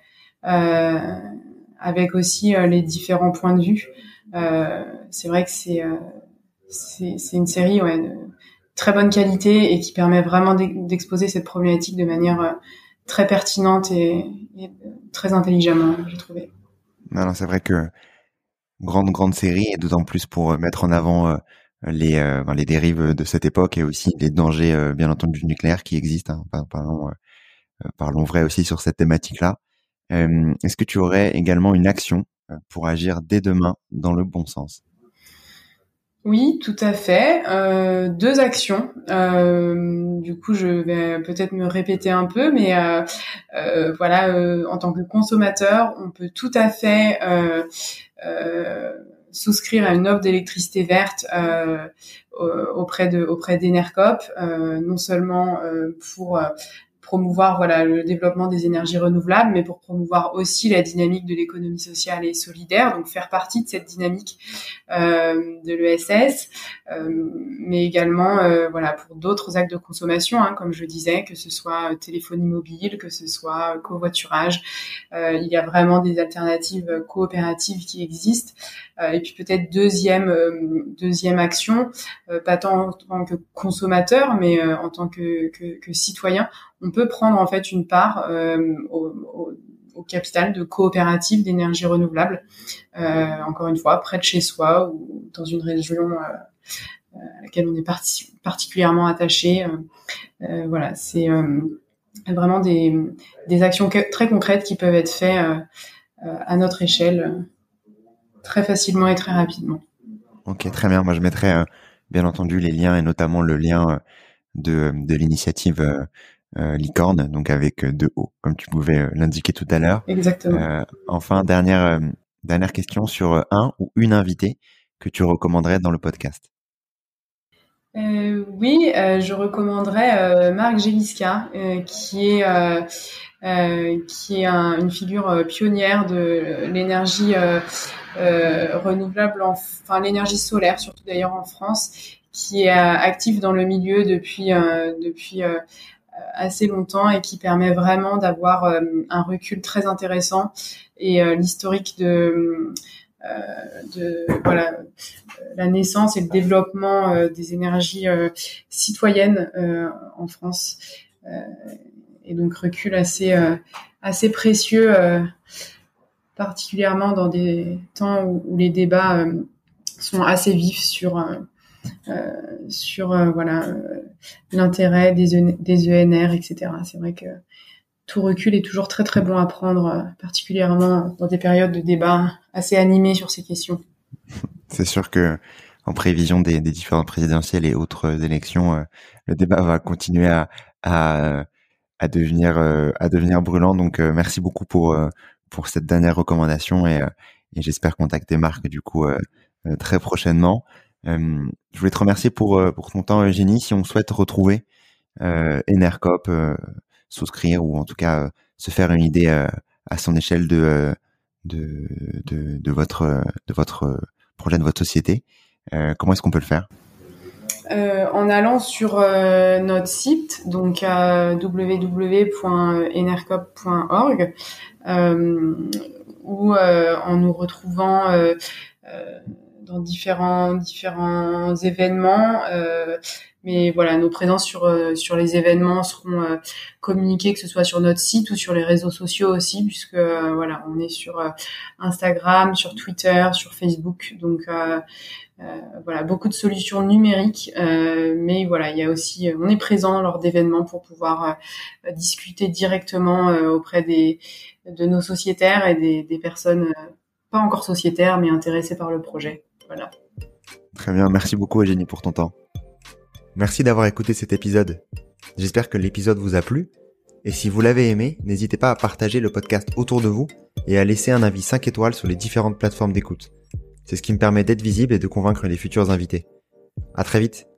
avec aussi les différents points de vue. C'est vrai que c'est une série de très bonne qualité et qui permet vraiment d'exposer cette problématique de manière très pertinente et très intelligemment, j'ai trouvé. Non, c'est vrai que grande série, et d'autant plus pour mettre en avant les dérives de cette époque, et aussi les dangers bien entendu nucléaires qui existent, hein. Parlons vrai aussi sur cette thématique-là. Est-ce que tu aurais également une action pour agir dès demain dans le bon sens? Oui, tout à fait. Deux actions. Du coup, je vais peut-être me répéter un peu, mais voilà, en tant que consommateur, on peut tout à fait souscrire à une offre d'électricité verte auprès d'Enercop, non seulement promouvoir voilà le développement des énergies renouvelables, mais pour promouvoir aussi la dynamique de l'économie sociale et solidaire, donc faire partie de cette dynamique de l'ESS, mais également voilà pour d'autres actes de consommation, comme je disais, que ce soit téléphonie mobile, que ce soit covoiturage. Il y a vraiment des alternatives coopératives qui existent. Et puis peut-être deuxième action, pas tant en tant que consommateur, mais en tant que citoyen, on peut prendre en fait une part au capital de coopératives d'énergie renouvelable, encore une fois près de chez soi ou dans une région à laquelle on est particulièrement attaché. Voilà, c'est vraiment des actions très concrètes qui peuvent être faites à notre échelle très facilement et très rapidement. Ok, très bien. Moi, je mettrai bien entendu les liens et notamment le lien de l'initiative Licorne, donc avec 2 O, comme tu pouvais l'indiquer tout à l'heure. Exactement. Enfin, dernière question sur un ou une invitée que tu recommanderais dans le podcast. Oui, je recommanderais Marc Gélisca, qui est une figure pionnière de l'énergie renouvelable, enfin l'énergie solaire surtout d'ailleurs en France, qui est actif dans le milieu depuis assez longtemps et qui permet vraiment d'avoir un recul très intéressant et l'historique de voilà la naissance et le développement des énergies citoyennes en France, et donc recul assez précieux, particulièrement dans des temps où les débats sont assez vifs sur voilà l'intérêt des ENR, etc. C'est vrai que tout recul est toujours très très bon à prendre, particulièrement dans des périodes de débat assez animées sur ces questions. C'est sûr que en prévision des différentes présidentielles et autres élections, le débat va continuer à devenir brûlant. Donc merci beaucoup pour cette dernière recommandation et j'espère contacter Marc du coup très prochainement. Je voulais te remercier pour ton temps, Eugénie. Si on souhaite retrouver Enercop, souscrire ou en tout cas se faire une idée à son échelle de votre projet, de votre société, comment est-ce qu'on peut le faire? En allant sur notre site, donc www.enercop.org, ou en nous retrouvant dans différents événements. Mais voilà, nos présences sur les événements seront communiquées, que ce soit sur notre site ou sur les réseaux sociaux aussi, puisque voilà, on est sur Instagram, sur Twitter, sur Facebook, donc voilà, beaucoup de solutions numériques, mais voilà, il y a aussi, on est présent lors d'événements pour pouvoir discuter directement auprès de nos sociétaires et des personnes pas encore sociétaires mais intéressées par le projet. Voilà. Très bien, merci beaucoup Eugénie pour ton temps. Merci d'avoir écouté cet épisode. J'espère que l'épisode vous a plu. Et si vous l'avez aimé, n'hésitez pas à partager le podcast autour de vous et à laisser un avis 5 étoiles sur les différentes plateformes d'écoute. C'est ce qui me permet d'être visible et de convaincre les futurs invités. À très vite.